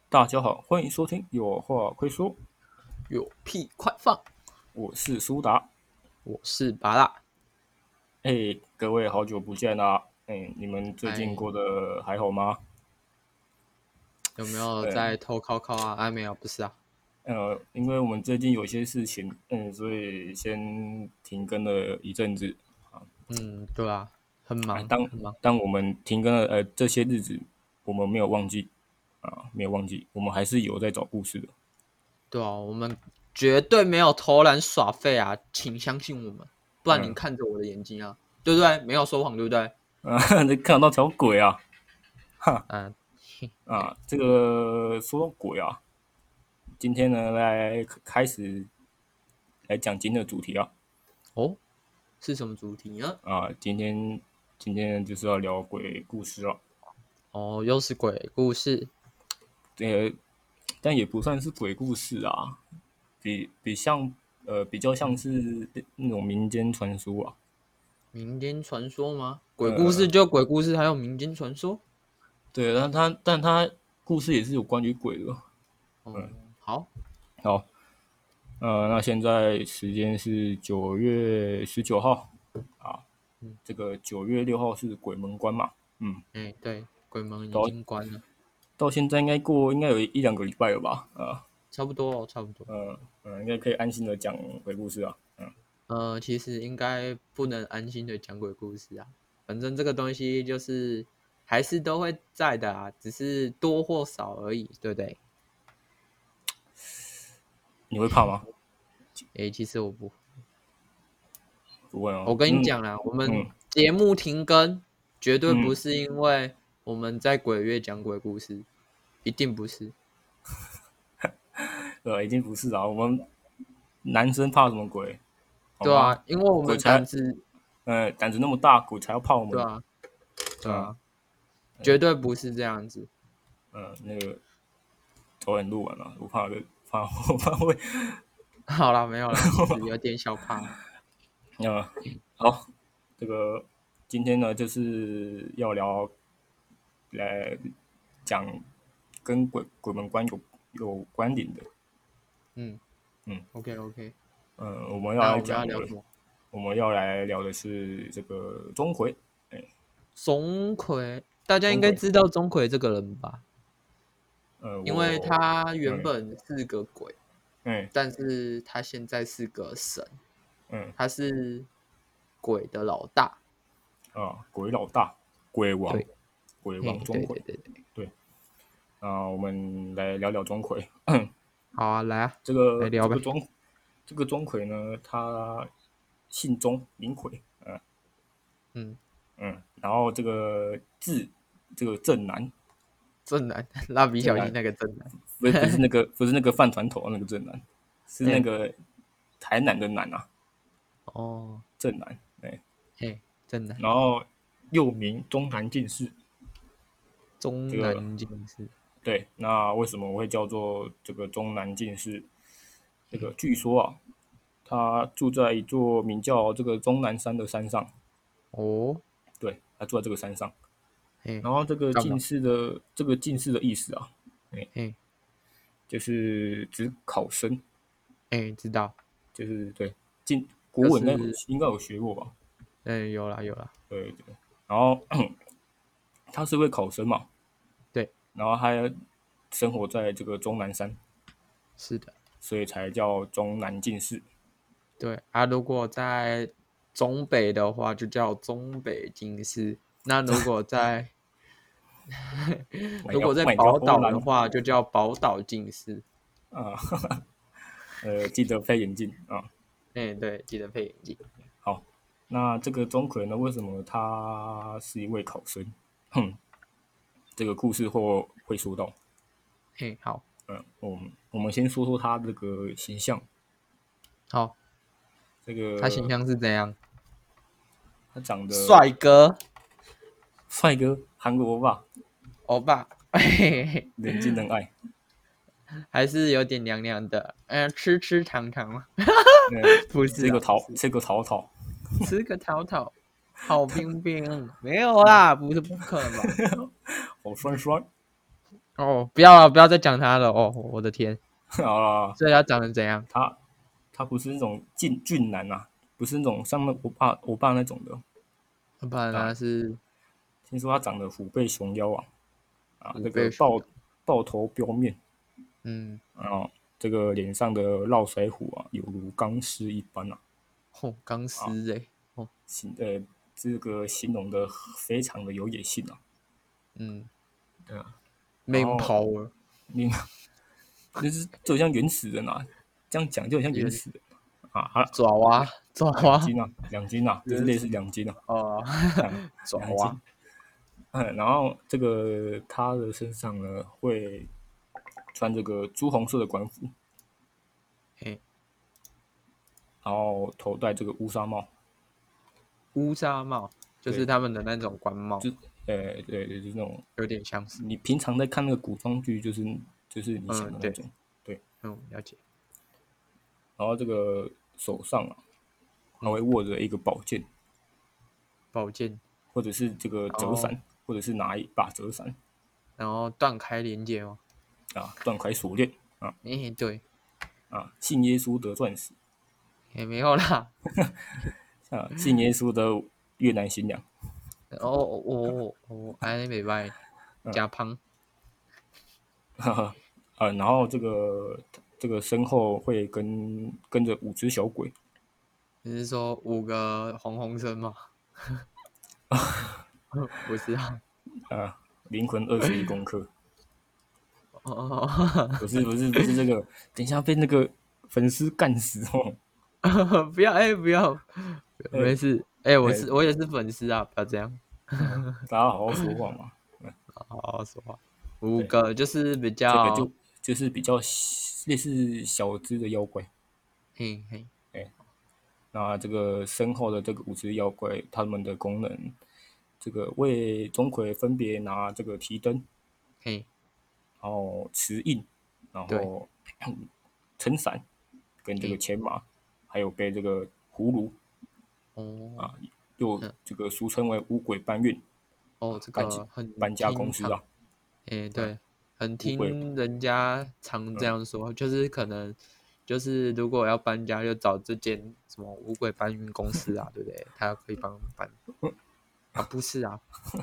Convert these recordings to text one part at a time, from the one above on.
大家好，欢迎收听有话快说， 有屁快放！ 我是苏达。 我是拔蜡。 各位好久不见啦！你们最近哎， 过得还好吗？ 有没有呃在偷考考啊？没有，不是啊。 因为我们最近有些事情，所以先停更了一阵子。 对啊，很忙， 当很忙。 当我们停更了这些日子，我们没有忘记没有忘记，我们还是有在找故事的。 对啊，我们绝对没有偷懒耍废啊，请相信我们，不然你嗯看着我的眼睛啊，对不对？没有说谎，对不对？ 你看到条鬼啊！哈嗯， 这个说到鬼啊，今天呢来开始来讲今天的主题啊。 哦，是什么主题呢？ 今天就是要聊鬼故事了。 哦，又是鬼故事。 呃，但也不算是鬼故事啊，比较像是那种民间传说啊。 民间传说吗？鬼故事呃， 就鬼故事，还有民间传说。 对，但他故事也是有关于鬼的。 哦，好， 好，那现在时间是9月19号啊， 嗯， 这个9月6号是鬼门关嘛。 对，鬼门已到经关了。 到现在应该有一两个礼拜了吧？ 差不多哦，差不多。 应该可以安心的讲鬼故事啊。 其实应该不能安心的讲鬼故事啊，反正这个东西就是还是都会在的啊，只是多或少而已，对不对？ 你会怕吗？ 其实我不， 不会哦。 我跟你讲啦，我们嗯节目停更绝对不嗯， 是因为我们在鬼月讲鬼故事，一定不是。 已经不是啊。我们男生怕什么鬼？好吗？ 对啊，因为我们胆鬼才子， 胆子那么大，鬼才要怕我们。 对啊，对嗯啊，绝对不是这样子。 那个头很路完了，我怕会好啦，没有啦，其实有点小怕。 嗯好，这个今天呢就是要来讲跟鬼门关有关联的。 嗯嗯 ，OK OK， 我们要那我们来讲的， 要聊什么？ 我们要来聊的是这个钟馗。哎， 钟馗，大家应该钟馗， 知道钟馗这个人吧？因为我他原嗯本是个鬼， 嗯但是他现在是个神， 嗯他是鬼的老大。 鬼老大，鬼王， 对， 鬼王嘿， 钟馗。 对对对对， 对，我们来聊聊钟馗。 好啊，来啊， 这个来聊呗。 这个钟这个钟馗呢，他姓钟，名馗。 嗯， 然后这个字，这个正南， 正南，蜡笔正南小新那个正南。 不是那个饭团头那个正南，是那嘿， 个台南的南啊。 哦， 正南。哎， 嘿，正南， 然后又名中南进士。这个中南进士。 对，那为什么我会叫做这个中南进士？这个嘿， 据说啊，他住在一座名叫这个终南山的山上。 哦， 对，他住在这个山上。 嘿， 然后干嘛？ 这个进士的意思啊， 嘿， 就是指考生。 知道， 就是对国文就是应该有学过吧？ 有啦有啦， 对对。然后他是位考生嘛， 对， 然后他生活在这个终南山， 是的。 所以才叫终南进士。 对啊，如果在中北的话，就叫中北进士；那如果在卖掉宝岛荷兰的话，就叫宝岛进士。 啊。记得配眼镜啊。 对，记得配眼镜。 好，那这个钟馗呢，为什么他是一位考生？这个故事会说到。 嘿，好， 我们先说说他这个形象。 好， 这个他形象是怎样？ 他长得帅哥， 帅哥，韩国欧巴， 欧巴，嘿嘿嘿， 人见人爱。 还是有点凉凉的，吃吃糖糖吗？不是啊，不是， 这个淘淘。 吃个桃桃，好冰冰，没有啦，不是不可能吧？ 好酸酸。 哦，不要了，不要再讲他了哦，我的天， 好啦， 所以他长成怎样？ 他他不是那种俊男啊，不是那种像那我爸那种的不然啊。 他是听说他长得虎背熊腰啊， 虎这个豹背熊腰， 豹头彪面， 嗯， 啊，这个脸上的络腮胡啊，犹如钢丝一般哦，钢丝哎，哦， 这个形容的非常的有野性嗯对啊。然 ，man 后 power， 你就像原始人这样讲就很像原原始人好了， 爪哇，爪哇， 两斤就是类似两斤哦，爪哇， 两斤。然后这个他的身上呢会穿这个朱红色的官服， 嘿， 然后头戴这个乌纱帽， 乌纱帽就是对， 他们的那种官帽， 就对，就是那种有点像是， 你平常在看那个古装剧，就是你想嗯，对， 的那种，对。 嗯，了解， 然后这个手上还会嗯， 握着一个宝剑， 宝剑， 或者是这个然后折伞，或者是拿一把折伞断开连接哦， 断开锁链对， 信耶稣得钻石也没有啦， 信耶稣的越南新娘， 安尼袂歹，加胖， 然后这个身后会跟着5只小鬼你是说5个红红绳吗？不是啊， 灵魂21公克， 哦， 不是这个，等一下被那个粉丝干死不要，不要， 哎没事， 哎我也是粉丝啊，不要这样， 大家好好说话嘛， 好好说话。五对， 个就是比较， 这个就是比较类似小只的妖怪。 嘿嘿哎，那这个身后的这个5只妖怪，它们的功能，这个为钟馗分别拿这个提灯， 嘿， 然后持印，然对， 后撑伞，跟这个嘿， 牵马，还有背这个葫芦哦， 啊，又嗯， 这个俗称为五鬼搬运这搬个很搬家公听常， 司嗯， 对，很五鬼， 听人家常这嗯， 样说，就是可能就是如果要搬家，就找这间什么五鬼搬运公司啊，对不对？他可以帮你搬啊，不是啊，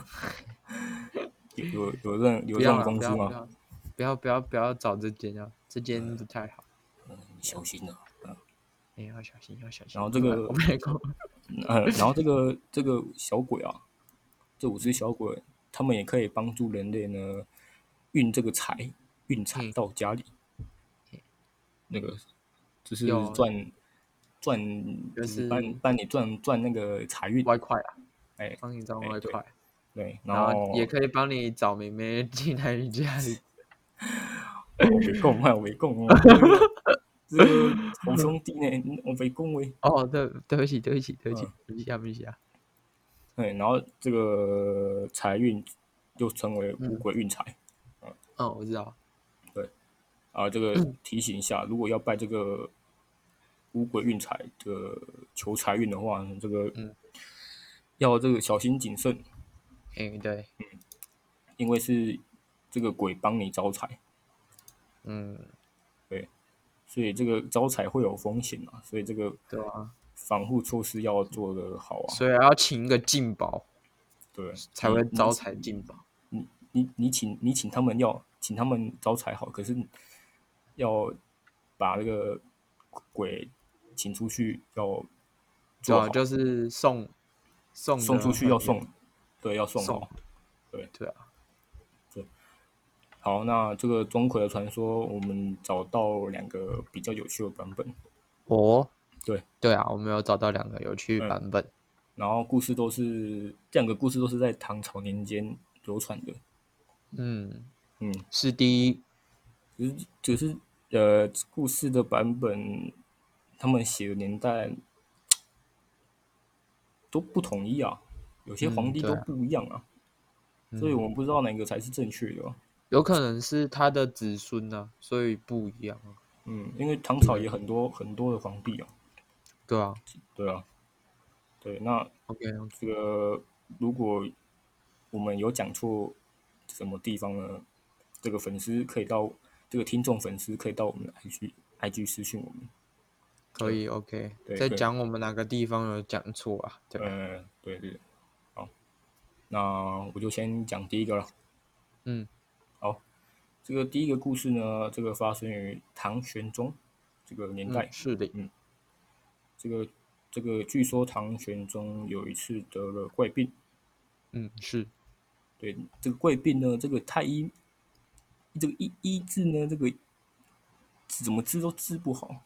有这种不要啦， 公司吗？ 不要找这间啊，这间不太好， 你小心要小心要小心， 然后这个我没讲， 然后这个小鬼这5只小鬼，他们也可以帮助人类呢运财嘿， 到家里，那个就是有赚，就是帮就是帮你赚那个财运， 外快啊， 哎帮你赚外对快， 对，然然后也后可以帮你找妹妹进来你家里。 我没供我没供这个好兄弟呢，我没供喂， 哦，对不起，对不起，对不起， 嗯， 对不起啊，对不起啊。 对，然后这个财运又称为五嗯， 鬼运财， 我知道。 对这个提醒一下，如果要拜这个五鬼运财的求财运的话，这个嗯， 要这个小心谨慎， 对， 因为是这个鬼帮你招财， 嗯， 对，所以这个招财会有风险所以这个对啊， 防护措施要做得好所以要请一个进宝对才会招财进宝。 你请他们请他们招财好，可是要把那个鬼请出去要对啊， 做好， 就是送送出的很有去要送，对，要送送， 好，对。 对啊， 好，那这个钟馗的传说，我们找到2个比较有趣的版本。 哦， 对， 对啊，我们有找到2个有趣嗯， 版本。 然后这2个故事都是在唐朝年间流传的。 嗯， 嗯， 是第一， 只是故事的版本，他们写的年代都不统一有些皇帝都对啊， 不一样所以我嗯， 们不知道哪个才是正确的有可能是他的子孙呢、所以不一样啊。 因为唐朝对也很多很多的皇帝对啊对对，那 ，OK， 这个如果我们有讲错什么地方呢？ 这个粉丝可以到这个听众粉丝可以到我们的 IG 私讯我们。 可以 OK， 对， 再讲我们哪个地方有讲错啊？对， 对对，好，那我就先讲第一个了。好，这个第一个故事呢，这个发生于唐玄宗这个年代。 是的， 这个据说唐玄宗有一次得了怪病。 是， 对，这个怪病呢，这个太医这个医治呢，这个怎么治都治不好。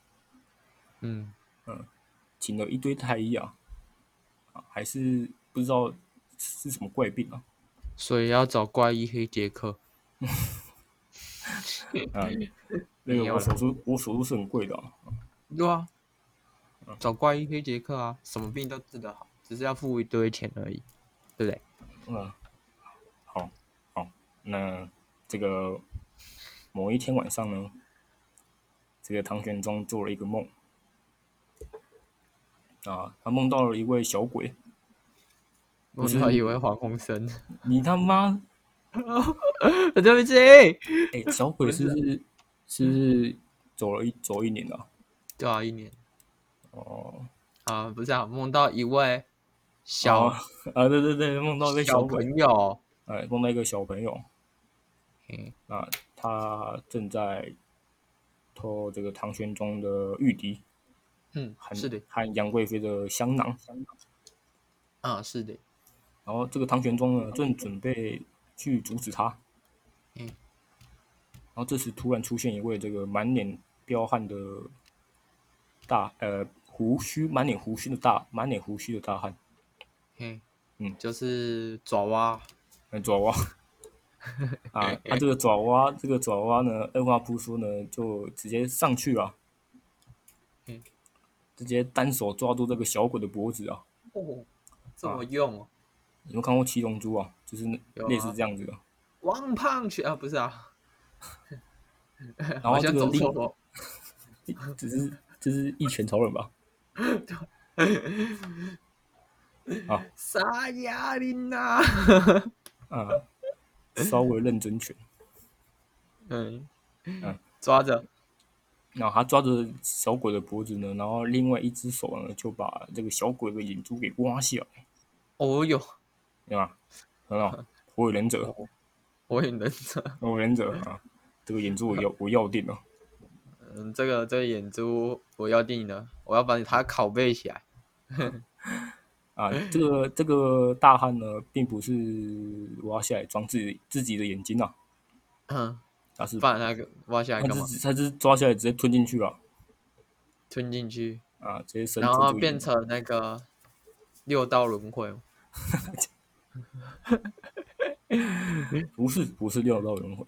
请了一堆太医还是不知道是什么怪病啊。 所以要找怪医黑杰克。 那个没有啦， 我手术是很贵的对啊，找怪医黑杰克啊，什么病都治得好，只是要付一堆钱而已，对不对？ 好，那这个某一天晚上呢，这个唐玄宗做了一个梦他梦到了一位小鬼。不是梦到一位黄鸿升， 你他妈， 对不起， 小鬼是不是走一年了？ 对啊，1年哦不是啊，梦到一位哦对对对，梦到一个小小鬼， 朋友， 梦到一个小朋友， 嗯那他正在偷这个唐玄宗的玉笛， 是的， 和杨贵妃的香囊。 是的， 然后这个唐玄宗呢，正准备去阻止他，然后这时突然出现一位这个满脸彪悍的满脸胡须的大汉。 就是爪哇， 爪哇这个爪哇呢，二话不说呢，就直接上去了，直接单手抓住这个小鬼的脖子这么用哦？ 有没有看过七龙珠就是类似这样子的。 One Punch 不是啊， 然好像后这个走错了。 这是一拳超人吧？ 沙哑琳娜， 稍微认真拳。 抓着， 然后他抓着小鬼的脖子呢，然后另外一只手呢就把这个小鬼的眼珠给挖下来。 哦哟， 对吧？很好，火影忍者， 火影忍者， 火影忍者这个眼珠我要定了。 这个眼珠我要定了，我要把它拷贝起来。 这个大汉呢，并不是挖下来装自己的眼睛他是把那个挖下来干嘛？ 他是抓下来直接吞进去了， 吞进去直接生然后吞这个眼变成那个6道轮回。 不是六道轮回。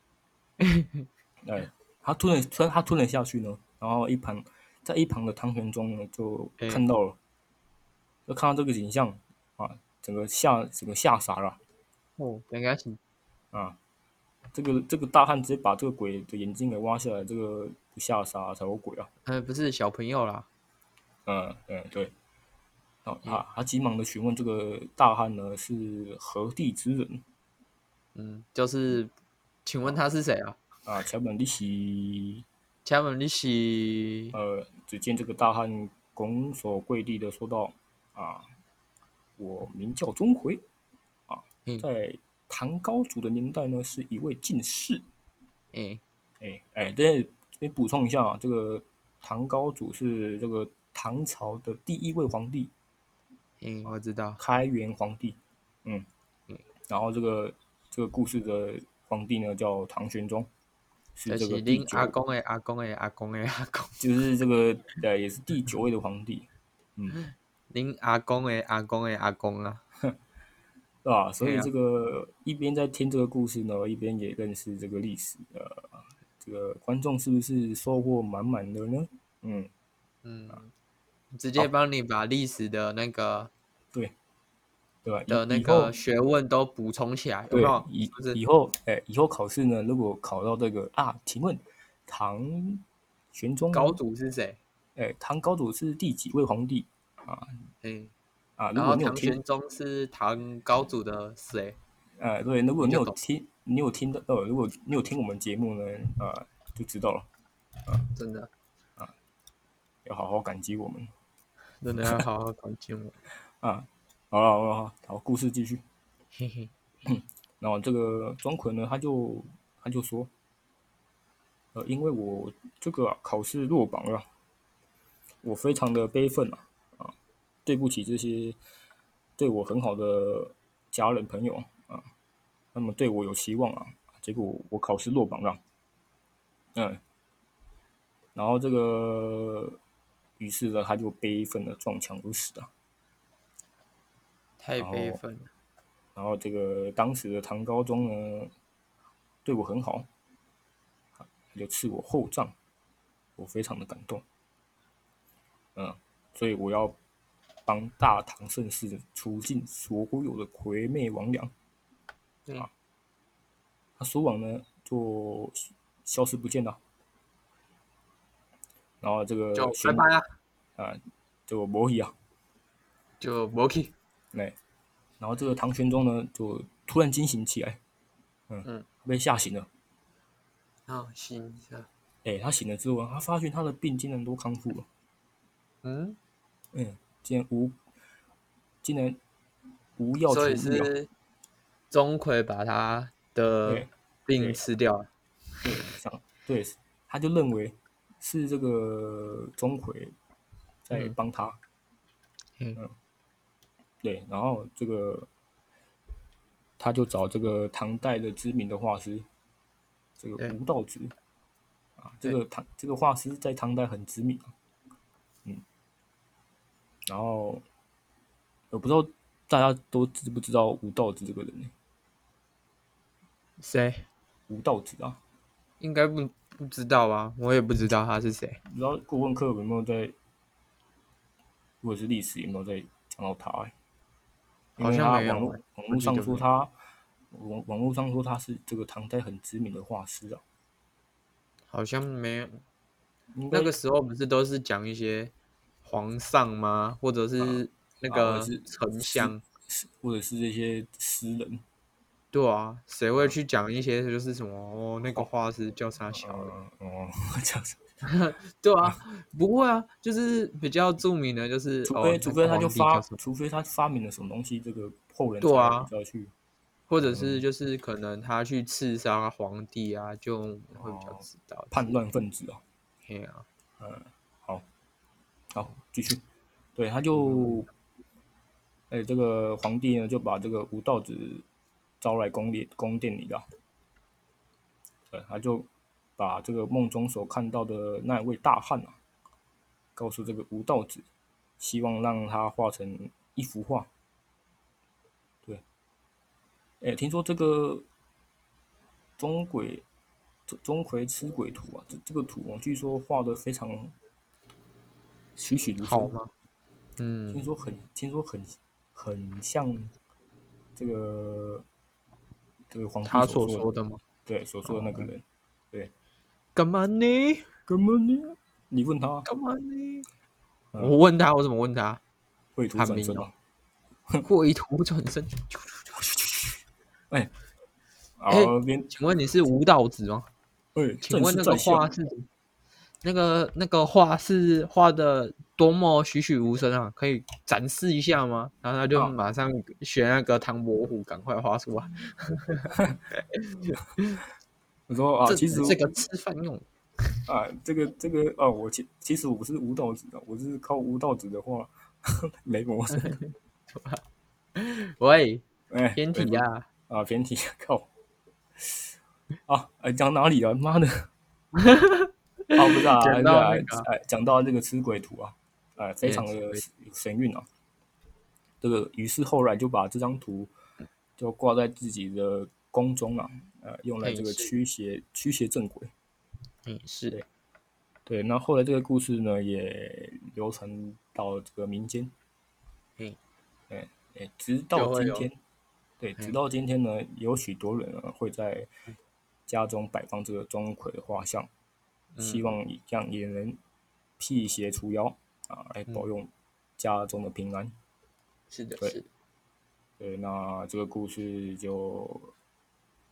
他吞了下去呢，然后在一旁的唐玄宗呢就看到了，就看到这个景象整个吓傻了。 应该是这个大汉直接把这个鬼的眼睛给挖下来，这个不吓傻才有鬼不是小朋友啦。 对。他急忙的询问这个大汉呢是何地之人。 就是请问他是谁啊？ 请问你是？ 请问你是？ 只见这个大汉拱手跪地的说道：“我名叫钟馗在唐高祖的年代呢，是一位进士。这边补充一下这个唐高祖是这个唐朝的第一位皇帝。 我知道， 开元皇帝。然后这个故事的皇帝呢叫唐玄宗，是这个第9， 阿公的阿公的阿公的阿公， 就是这个也是第9位的皇帝。 您阿公的阿公的阿公啊， 对吧？所以这个一边在听这个故事呢，一边也认识这个历史。这个观众是不是收获满满的呢？ 直接帮你把历史的那个对吧？ 的那个学问都补充起来，有没有？ 以后考试呢，如果考到这个请问唐玄宗高祖是谁？ 唐高祖是第几位皇帝然后唐玄宗是唐高祖的谁？ 对，如果你有听， 你有听到如果你有听我们节目呢，就知道了， 真的要好好感激我们真的要好好感激我。 啊。好，故事继续。 嘿嘿， 然后这个钟馗呢，他就说，因为我这个考试落榜了，我非常的悲愤对不起这些对我很好的家人朋友他们对我有期望结果我考试落榜了，嗯，然后于是呢，他就悲愤的撞墙而死了。 太然后， 悲愤了。 然后这个当时的唐高宗呢，对我很好，他就赐我厚葬，我非常的感动，所以我要帮大唐盛世除尽所有的魁妹魍魉。 嗯， 他说完呢，就消失不见了。然后这个就拜拜啦， 啊，就没去啊， 就没去。 然后这个唐玄宗呢，就突然惊醒起来， 嗯， 被吓醒了。 好，行一下。 他醒了之后，他发现他的病竟然都康复了， 嗯， 嗯，竟然无药所以除愈啊， 是钟馗把他的对病对吃掉了。 对，他就认为是这个钟馗在嗯帮他， 嗯， 对，然后他就找这个唐代的知名的画师，这个对吴道子对， 这个画师在唐代很知名然后我不知道大家都知不知道吴道子这个人呢？ 谁？ 吴道子应该不知道吧？我也不知道他是谁。 不知道国文课有没有在，或者是历史有没有在讲到他、因好为像没有网我络记得没有。 上说他网络上说他是这个唐代很知名的画师好像没有。 应该那个时候不是都是讲一些皇上吗？或者是那个或者是丞相？ 或者是这些诗人对啊，谁会去讲一些就是什么那个画， 画师叫啥小的？ 这样子， 对啊，不会啊，就是比较著名的就是除非那个皇帝叫什么？ 除非他发明了什么东西，这个后人才比对啊， 较去或者是就是可能他去刺杀皇帝啊，就会比较哦知道之叛乱类的。 分子嘿啊， 好，好，继续。对， 嗯， 这个皇帝呢就把这个吴道子招来宫殿里对，他就把这个梦中所看到的那位大汉告诉这个吴道子，希望让他画成一幅画。对，听说这个钟馗钟馗吃鬼图这个图据说画的非常栩栩如生， 好吗？嗯， 听说很像这个皇帝他所所说的， 说的吗？ 对所说的那个哦， 人，对， 干嘛呢？ 根本你问他， 干嘛呢？ 嗯， 我问他，我怎么问他？ 绘图韩明哦， 转身绘图转身。 哎， 哎， 边请问你是吴道子吗？请正问那个是在下， 画是那个画是画的多么栩栩如生啊？可以展示一下吗？然后他就啊， 马上学那个唐伯虎，赶快画出来。 我说其实这个吃饭用。 这个其实我不是吴道子我是靠吴道子的话雷魔神， 喂，偏对不题啊！ 偏题靠讲哪里啊？妈的！不是讲还是到那个， 讲到这个吃鬼图非常的吃鬼有神韵于是后来就把这张图就挂在自己的宫中用来这个是， 驱邪正鬼。 是， 对对，那后来这个故事呢，也流传到这个民间， 嘿， 直到就会有， 今天，对，直嘿， 到今天呢，有许多人会在家中摆放这个钟馗的画像，希嗯望这样也能辟邪除妖来保嗯， 佑家中的平安。 是的， 对是的， 对，那这个故事就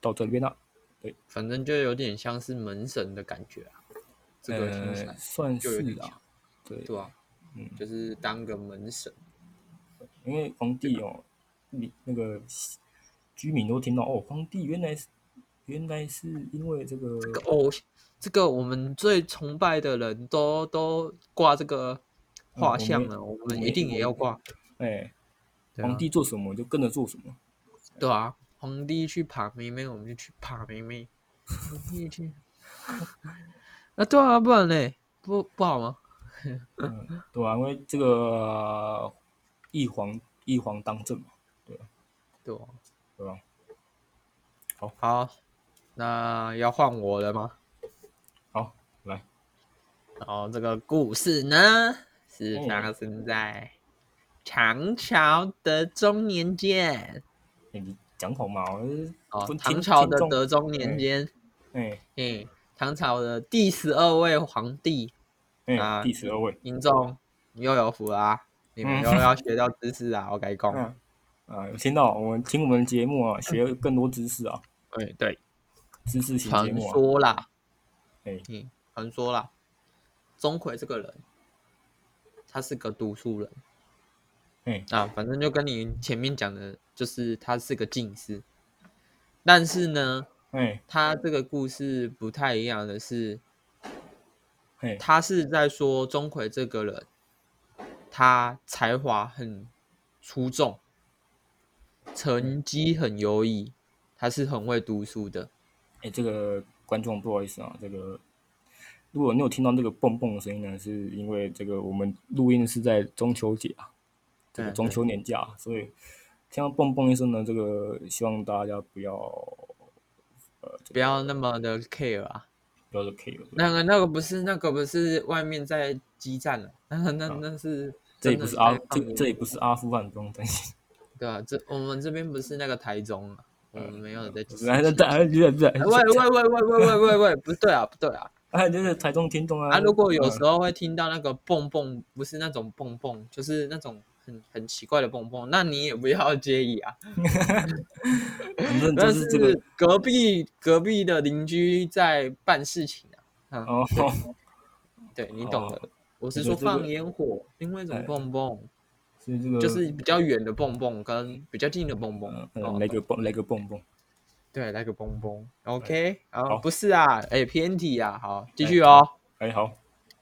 到这边了。对， 反正就有点像是门神的感觉啊。这个听起来算就有点像， 是啊，对， 对啊，就是当个门神。 因为皇帝哦，那个居民都听到哦，皇帝原来是因为这个这个我们最崇拜的人都挂这个画我们像了，我我们们一定也要挂。 哎， 对啊， 皇帝做什么就跟着做什么。 对啊，皇帝去爬妹妹，我们就去爬妹妹。皇帝去，对啊，不然嘞，不好吗？ 对啊，因为这个一皇当政嘛，对吧？ 对啊， 对吧？ 好，那要换我了吗？ 好，来， 然后这个故事呢，是发哎， 生在唐朝的中年间。 你讲好嘛， 哦， 不唐朝的听众， 德中年哎间， 哎唐朝的第12位皇帝哎， 啊， 第12位， 听众又有福啦、你们嗯又要学到知识啊！我改讲， 嗯有听到听我们的节目啊，学更多知识啊， 对， 知识型节传目啊， 说啦， 哎传说啦，钟馗这个人，他是个读书人哎啊，反正就跟你前面讲的，就是他是个进士，但是呢， 哎他这个故事不太一样的是， 哎， 他是在说钟馗这个人，他才华很出众，成绩很优异，他是很会读书的。 哎，这个观众不好意思啊，这个如果你有听到这个蹦蹦的声音呢，是因为这个我们录音是在中秋节啊，这个中对， 秋年假，所以听到蹦蹦一声呢，这个希望大家不要不要那么的 care 啊。 不要 care 那个不是外面在激战了，那是真的在放烟火， 这也不是阿富汗，不用担心。 对啊，我们这边不是那个台中啊，我们没有在不是， 喂，不对啊，不对啊。 就是台中听众啊， 如果有时候会听到那个蹦蹦，不是那种蹦蹦，就是那种很奇怪的蹦蹦，那你也不要介意啊。 反正就那是这个是隔壁的邻居在办事情啊。 哦对你懂的。我是说这个放烟火，另外一种蹦蹦， 是这个就是比较远的蹦蹦跟比较近的蹦蹦。 来个蹦蹦， 对，来个蹦蹦。OK， 好， 不是啊，偏题啊，好，继续哦。 好，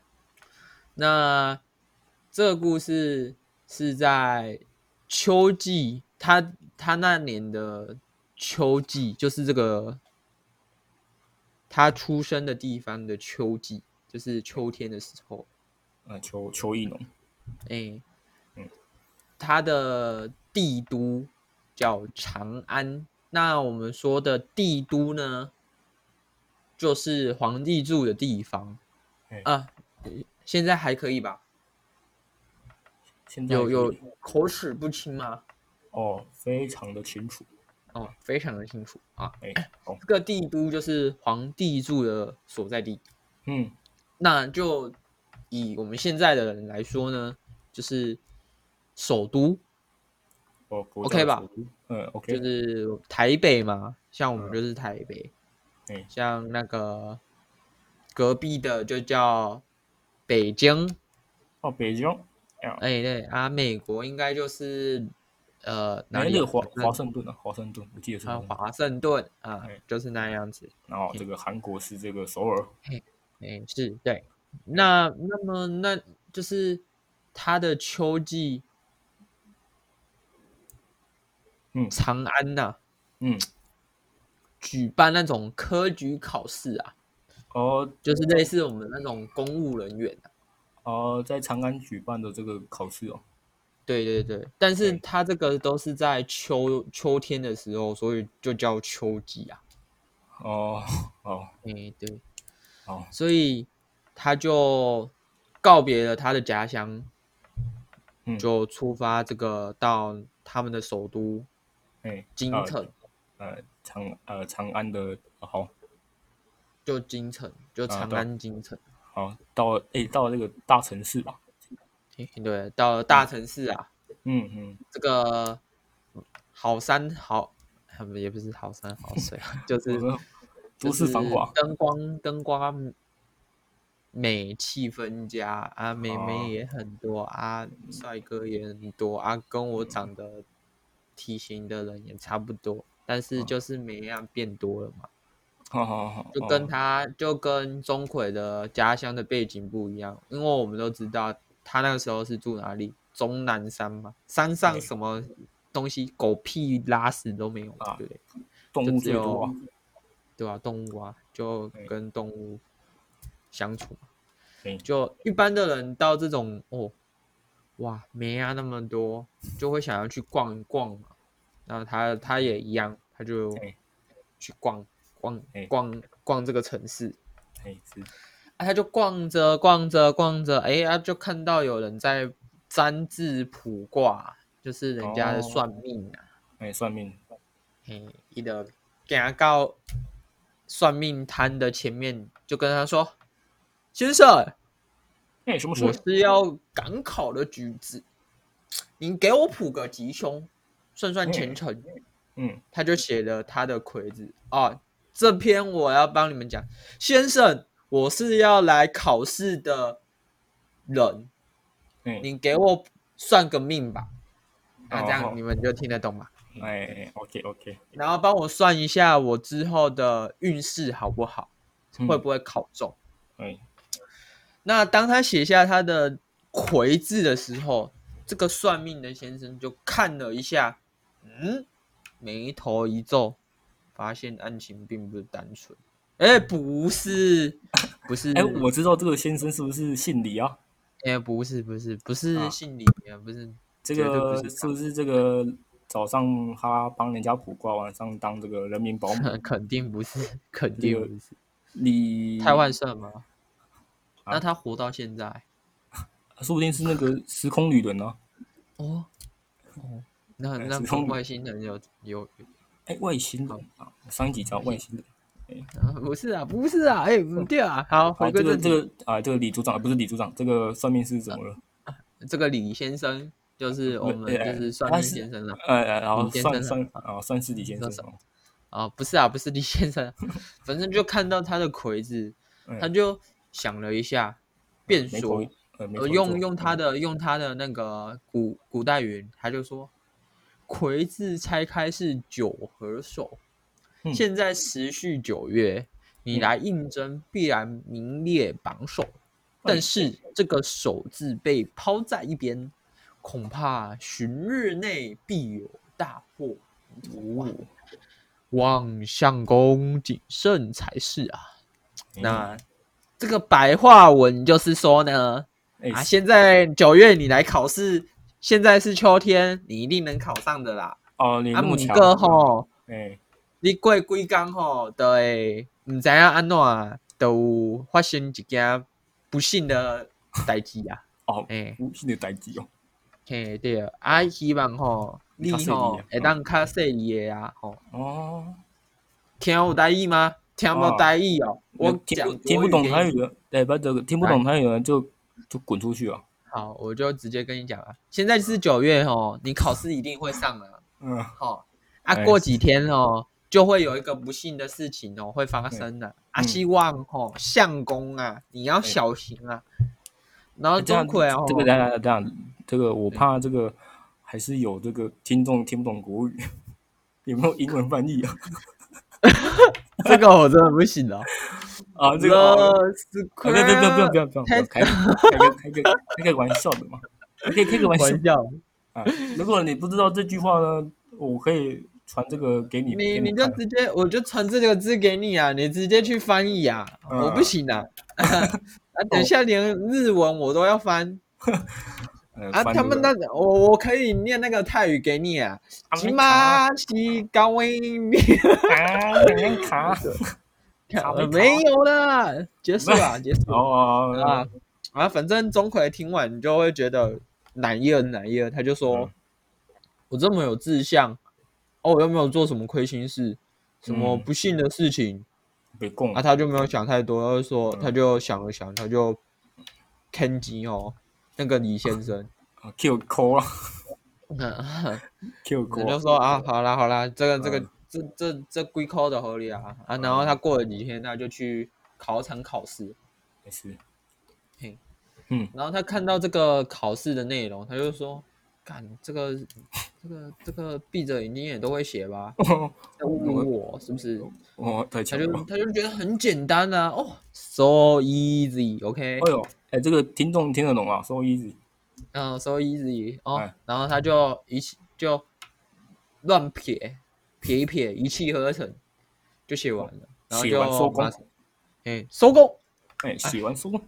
那这个故事是在秋季，他那年的秋季，就是这个他出生的地方的秋季，就是秋天的时候。 邱意农， 哎， 嗯他的帝都叫长安。那我们说的帝都呢，就是皇帝住的地方哎， 啊。现在还可以吧？ 现在可有以口齿不清吗？ 非常的清楚， 非常的清楚啊。 好， 这个帝都就是皇帝住的所在地。 嗯， 那就以我们现在的人来说呢，就是首都国家 ，OK 吧？ 的首都，，OK， 就是台北嘛，像我们就是台北， 哎， 像那个隔壁的就叫北京。 北京， 对啊，美国应该就是哪里啊？ 那个华盛顿啊，华盛顿，我记得是华盛顿啊， 哎， 就是那样子。 然后这个韩国是这个首尔， 是对。 哎， 那就是它的秋季，长安呐、 嗯， 举办那种科举考试啊，就是类似我们那种公务人员在长安举办的这个考试哦， 对，但是哎， 它这个都是在秋天的时候，所以就叫秋季啊。 哦， 对， 好， 所以他就告别了他的家乡，就出发到他们的首都京城。 长安的好， 就京城，就长安京城。 好，到了这个大城市吧， 对，到了大城市啊， 嗯， 这个好山好他们也不是好山好水啊，就我是说都市繁华灯光美，气氛佳啊，美眉也很多啊，帅哥也很多啊，跟我长得体型的人也差不多，但是就是美样变多了嘛。 好， 就跟钟馗的家乡的背景不一样，因为我们都知道他那个时候是住哪里，终南山嘛，山上什么东西狗屁拉屎都没有，对不对？ 动物最多啊， 对吧？动物啊，就跟动物相处嘛。 对， 就一般的人到这种哇，没啊那么多，就会想要去逛一逛嘛。然后他也一样，他就去逛这个城市。 是他就逛着，就看到有人在占字卜卦，就是人家的算命啊。 算命。 伊就行到算命摊的前面，就跟他说：“先生， 什么事？ 我是要赶考的举子，您给我卜个吉凶，算算前程。”他就写了他的魁字这篇我要帮你们讲，先生，我是要来考试的人，你给我算个命吧，这样你们就听得懂吧 ？OK， 然后帮我算一下我之后的运势好不好，会不会考中？那当他写下他的魁字的时候，这个算命的先生就看了一下，眉头一皱，发现案情并不是单纯。不是， 我知道这个先生是不是姓李啊？ 不是姓李不是这个是不是这个早上他帮人家卜卦，晚上当这个人民保姆？ 肯定不是， 李太万圣吗？那他活到现在， 说不定是那个时空旅人呢。 那跟外星人有外星人啊，上一集叫外星人。 不是啊，不对啊。好，回归这个李组长不是李组长，这个算命师怎么了？ 这个李先生就是我们就是算命先生了。 然后算是李先生不是李先生，反正就看到他的魁字，他就想了一下，便说，用他的那个古代语，他就说，魁字拆开是九合手。现在时序9月，你来应征必然名列榜首，但是这个首字被抛在一边，恐怕旬日内必有大祸。望相公谨慎才是啊。那这个白话文就是说呢，现在9月你来考试，现在是秋天，你一定能考上的啦。 你那么强。 你过几天就会唔知影安怎，就有发生一件不幸的代志啊。 不幸的代志对希望你会当较适意的啊。听有台语吗？听不台语我讲听不懂台语的，听不懂台语的就滚出去啊。 好，我就直接跟你讲了，现在是9月你考试一定会上了。过几天就会有一个不幸的事情会发生的希望相公你要小心啊。然后钟馗这个我怕这个还是有这个听众听不懂国语，有没有英文翻译啊？ 这个我真的不行了这个不要开个玩笑的嘛，可以开个玩笑如果你不知道这句话呢，我可以传这个给你， 你就直接我就传这个字给你啊，你直接去翻译啊。我不行啊等一下连日文我都要翻他们我可以念那个泰语给你啊。吉玛西高威米卡没有了，结束了反正钟馗听完你就会觉得难耶，他就说我这么有志向我又没有做什么亏心事，什么不幸的事情他就没有想太多，他就想了想，他就 Kenji 那个李先生 Q 扣了就说好啦，这个这龟壳的合理啊，然后他过了几天，他就去考场考试， 也是， 嘿， 嗯， 然后他看到这个考试的内容，他就说：干这个闭着眼睛也都会写吧？在侮辱我是不是？ 太他强了吧！ 就觉得很简单啊，哦，so easy，OK，、 哎呦，哎，这个听众听得懂啊，so easy， so easy 哦， 哎， 然后他就乱撇一撇，一气呵成就写完了，然后写完收工， 就收工， 哎，写完收工，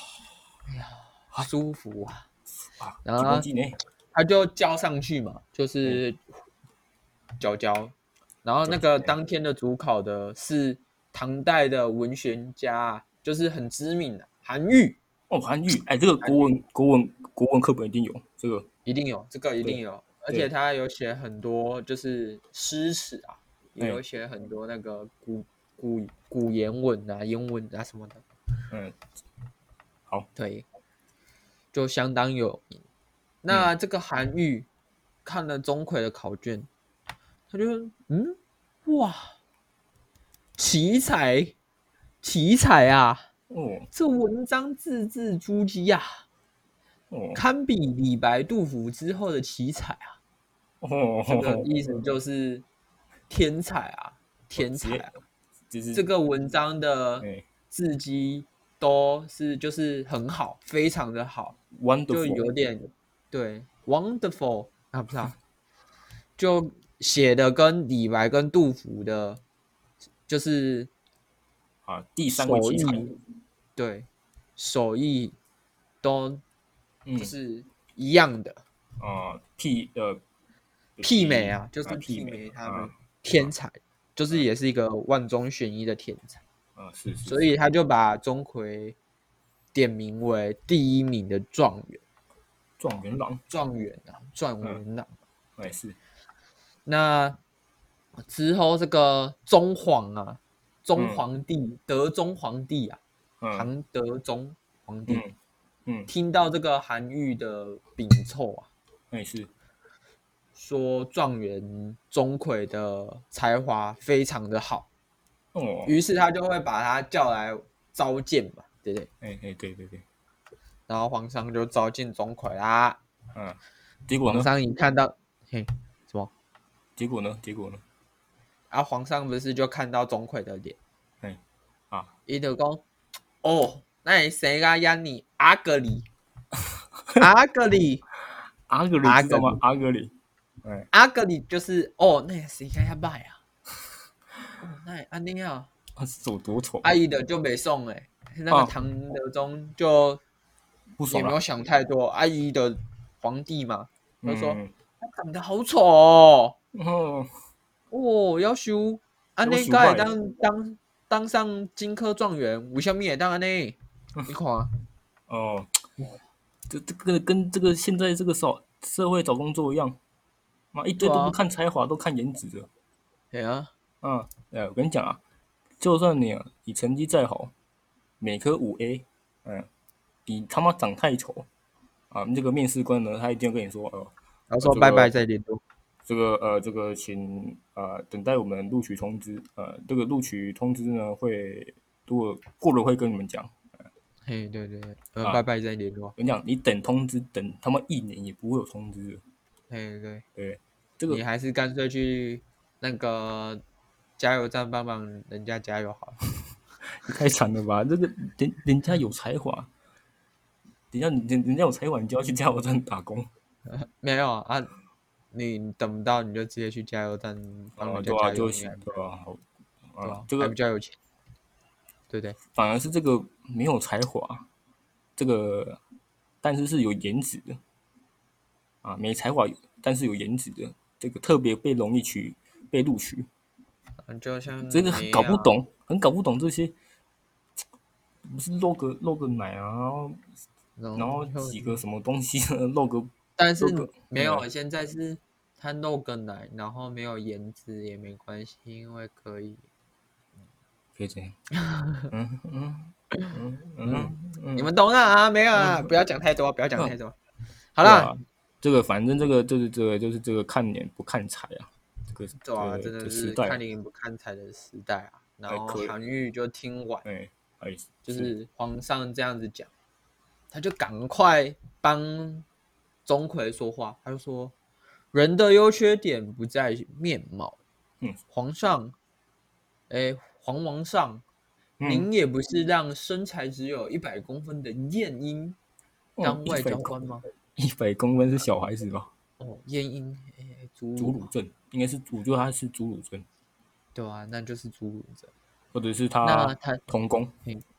舒服啊， 啊， 然后几公斤呢？ 他就交上去嘛，就是交，然后那个当天的主考的是唐代的文学家，就是很知名的韩愈。 哦，韩愈，哎，这个国文课本一定有这个， 一定有，这个一定对有，而且对， 他有写很多就是诗词啊，也有哎， 写很多那个古言文啊、言文啊什么的， 嗯，好， 对，就相当有名。 嗯， 那这个韩愈看了钟馗的考卷，他就哇，奇才奇才啊！ 哦这文章字字珠玑啊， 哦堪比李白、杜甫之后的奇才啊！这个哦， 意思就是天才啊，天直接才啊！ 就是这个文章的哎字迹都是就是很好，非常的好，就 ，wonderful 有点对 wonderful 啊，不是啊，就写的跟李白跟杜甫的，就是啊，第三位奇才， 手艺，对，手艺都就嗯是一样的，媲美啊，就是媲媲美美他们啊天才，就是也是一个万中选一的天才，所是， 以他就把钟馗点名为第一名的状元， 状元郎， 状元郎。 哎是， 那之后这个宗皇啊，宗嗯皇帝德宗皇帝啊， 嗯唐德宗皇帝嗯嗯， 听到这个韩愈的禀奏啊， 哎是， 说状元钟馗的才华非常的好， 哦， 于是他就会把他叫来召见嘛，对不对？ 哎对， 然后皇上就召见钟馗啦。 嗯，结果呢？ 皇上一看到，嘿，什么？ 结果呢？结果呢？ 啊，皇上不是就看到钟馗的脸， 哎啊， 伊就讲，哦，那你谁个养你阿格里？阿格里， 阿格里知道吗？ 阿格里， 阿格里，哎， 阿格里就是哦，那谁个要卖啊？哦，那安尼啊， 手多丑阿姨的就没送哎，那个啊， 唐德宗就不爽了， 也没有想太多，阿姨的皇帝嘛，他说嗯， 他长得好丑哦， 哦， 哦，要修安要尼该求坏， 当上金科状元，为什么会当安尼？你看， 哦，这个跟这个现在这个社会找工作一样，妈一堆都不对啊， 看才华，都看颜值的， 对啊， 啊，哎，我跟你讲啊，就算你成绩再好，每科5A，你他妈长太丑啊，这个面试官呢，他一定要跟你说， 然后说这个拜拜再联络， 这个请等待我们录取通知，这个录取通知呢会如果过了会跟你们讲嘿，对对对，拜啊， 拜再联络， 我跟你讲，你等通知等他妈1年也不会有通知的， 嘿对， 对，这个你还是干脆去那个加油站帮忙人家加油好了。 太惨了吧？这个人家有才华，人家有才华，你就要去加油站打工， 没有啊，你等不到你就直接去加油站帮人家对啊， 加油， 就行， 你还对吧？好， 对吧？还这个比较有钱，对不对？ 反而是这个没有才华，这个但是是有颜值的啊，没才华但是有颜值的，这个特别被录取， 就像这个很你啊， 搞不懂，很搞不懂这些，不是露个奶啊，然后然后挤个什么东西但是露个没有，现在是他露个奶，然后没有颜值也没关系，因为可以。 可以这样，嗯嗯嗯嗯， 嗯你们懂了啊？没有啊？不要讲太多，不要讲太多。好啦， 对啊，这个反正这个就是这个看脸不看财啊， 个对啊，真的是时代啊， 看脸不看财的时代啊。然后可韩愈就听完，就是皇上这样子讲，他就赶快帮钟馗说话，他就说：人的优缺点不在面貌，皇上，皇王上，您也不是让身材只有100公分的晏婴当外交官吗 ？100公分是小孩子吧？ 哦，晏婴，祖祖鲁正应该是，我觉得他是祖鲁正， 对啊，那就是祖鲁正。 或者是那他， 童工，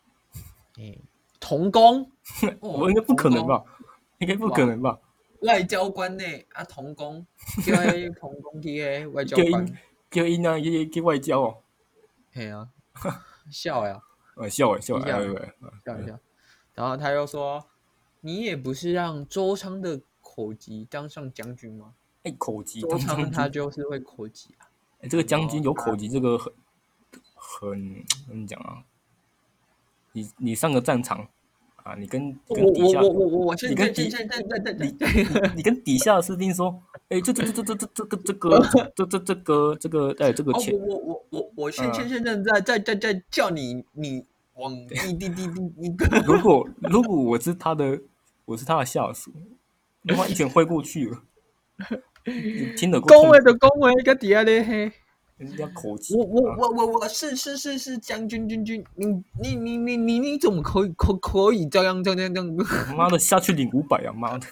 童工， 我应该不可能吧？应该不可能吧？ 外交官呢？啊，童工，叫迄童工去迄外交官， 叫因啊，去外交哦。 嘿啊，笑呀， 笑笑一笑。然后他又说：“你也不是让周昌的口疾当上将军吗？” 口疾周当将军， 昌他就是会口疾啊。 这个将军有口疾，这个很怎么讲啊？你上个战场啊，你跟底下， 你跟你跟底下的士兵说，这个钱， 我现在叫你往你如果我是他的下属，的话一拳挥过去了，听得过恭维的恭维，个底下咧嘿。 人家口疾， 我是将军，你怎么可以这样？ 妈的，下去领500啊！妈的，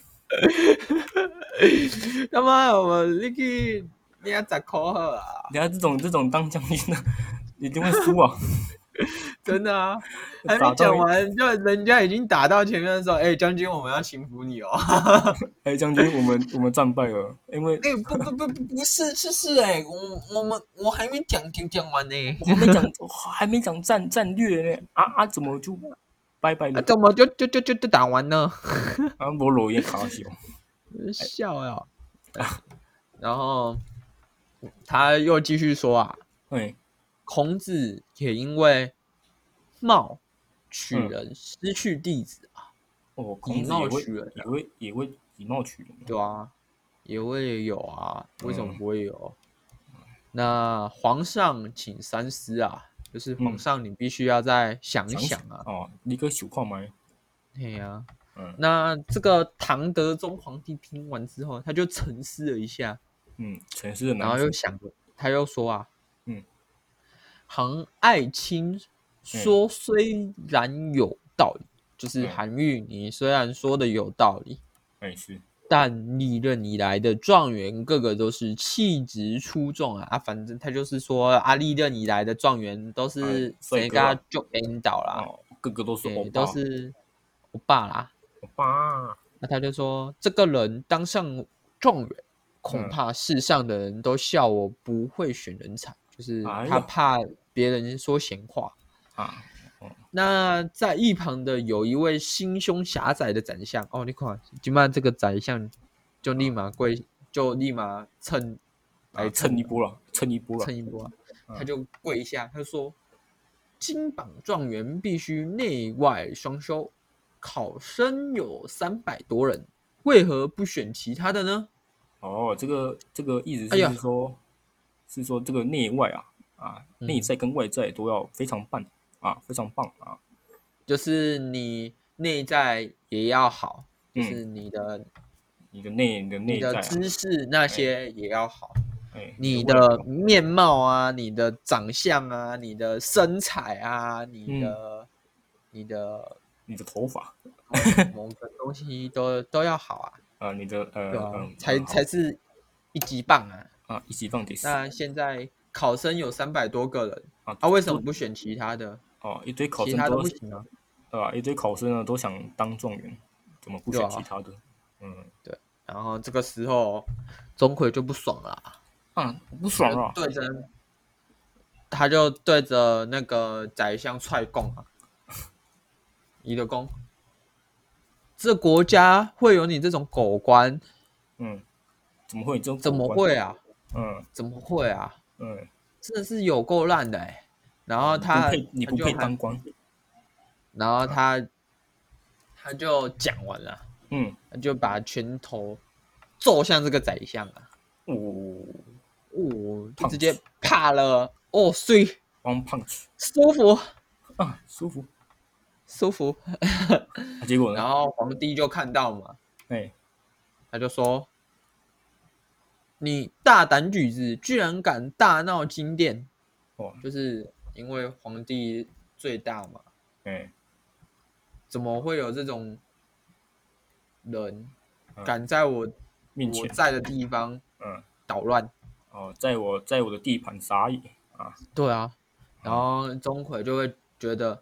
他妈我你去10块好啊！ 人家这种当将军的一定会输啊！ 真的啊，还没讲完，就人家已经打到前面说：“将军，我们要驯服你哦。” 将军，我们战败了，因为不是我还没讲完呢， 还没讲战略呢怎么就拜拜了？ 怎么就打完呢？ 我裸眼卡笑， 笑呀！然后他又继续说啊，孔子也因为貌取人，失去弟子啊。 孔子也会以貌取人， 对啊，也会有啊，为什么不会有？那皇上请三思啊，就是皇上你必须要再想一想啊。 你个小看麦。 对呀，那这个唐德宗皇帝听完之后，他就沉思了一下， 沉思了， 然后又想，他又说啊，韩爱卿说虽然有道理，就是韩愈，你虽然说的有道理， 是， 但历任以来的状元个个都是气质出众啊！反正他就是说历任以来的状元都是谁跟他就引导啦， 个个都是都是欧巴啦， 欧巴。 那他就说，这个人当上状元，恐怕世上的人都笑我不会选人才，就是他怕别人说闲话啊。 那在一旁的有一位心胸狭窄的宰相你看，今晚这个宰相就立马蹭一波了， 他就跪下，他说：“金榜状元必须内外双修，考生有300多人，为何不选其他的呢？” 这个意思是说，这个内外内在跟外在都要非常棒非常棒啊！ 就是你内在也要好，就是你的内在知识那些也要好，你的面貌啊，你的长相啊，你的身材啊，你的头发， 某个东西都要好你的才是一级棒一级棒的。 那现在考生有300多个人为什么不选其他的？ 一堆考生都不行啊， 对吧？一堆考生呢都想当状元，怎么不选其他的？ 对。然后这个时候，钟馗就不爽了不爽了， 他就对着那个宰相踹供你的功，这国家会有你这种狗官？ 怎么会有这种？ 怎么会啊？怎么会啊？真的是有够烂的然后你不配当官。 然后他就讲完了，他就把拳头揍向这个宰相就直接啪了，碎 ，one punch 舒服啊，舒服。 舒服。 结果呢？ 然后皇帝就看到嘛， 哎， 他就说：“你大胆举子，居然敢大闹金殿！” 哦， 就是因为皇帝最大嘛， 哎， 怎么会有这种人嗯敢在面前， 我在的地方捣乱？ 哦，在我的地盘撒野啊， 对啊，然后钟馗就会觉得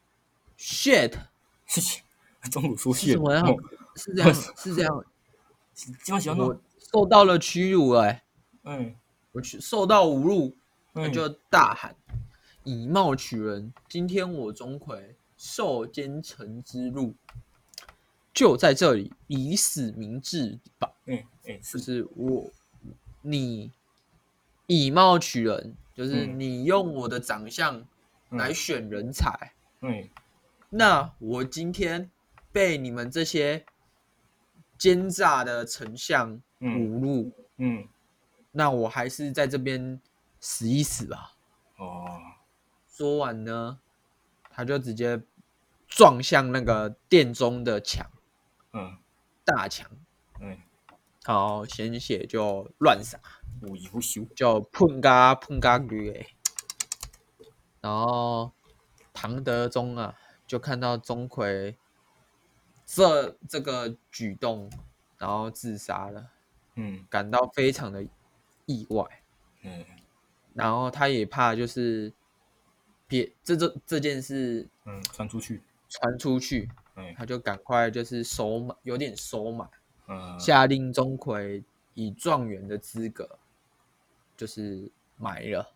shit 中午出现是怎么样？ 哦， 是这样，是这样， 基本喜欢我受到了屈辱了、 嗯我受到侮辱，他嗯就大喊以貌取人。今天我钟馗受奸臣之辱，就在这里以死明志吧。就是你以貌取人，就是你用我的长相来选人才。那我今天被你们这些奸诈的丞相侮辱，那我还是在这边死一死吧。 哦， 说完呢，他就直接撞向那个殿中的墙，大墙，好，鲜血就乱洒，就喷嘎喷嘎绿然后唐德宗啊，就看到钟馗这个举动，然后自杀了，感到非常的意外，然后他也怕就是这件事传出去， 他就赶快就是有点收买，下令钟馗以状元的资格就是埋了，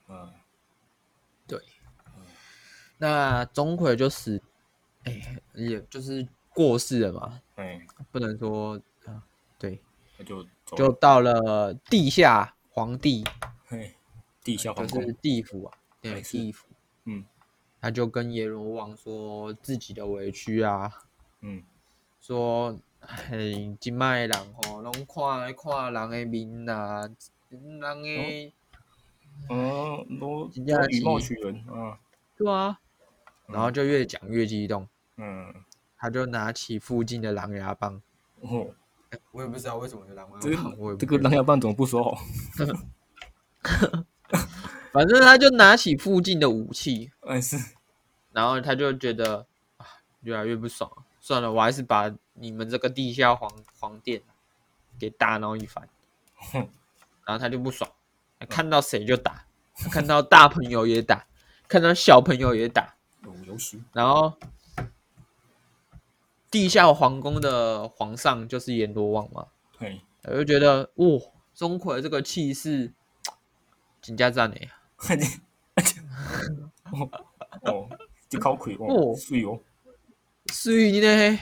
对，那钟馗就死，也就是过世了嘛，不能说对，就到了地下皇帝， 地下皇宫就是地府啊，对，地府，他就跟阎罗王说自己的委屈啊，说，今麦人吼，拢看人的面啊，人的， 都真正以貌是， 取人啊， 对啊，然后就越讲越激动， 嗯， 他就拿起附近的狼牙棒，我也不知道为什么有狼牙棒， 这个狼牙棒怎么不说好？ 反正他就拿起附近的武器， 是， 然后他就觉得越来越不爽，算了，我还是把你们这个地下皇殿给大闹一番。然后他就不爽，看到谁就打，看到大朋友也打，看到小朋友也打。然后地下皇宫的皇上就是阎罗王嘛，我就觉得钟馗这个气势，真加赞哎。 这口气水哦， 所以呢，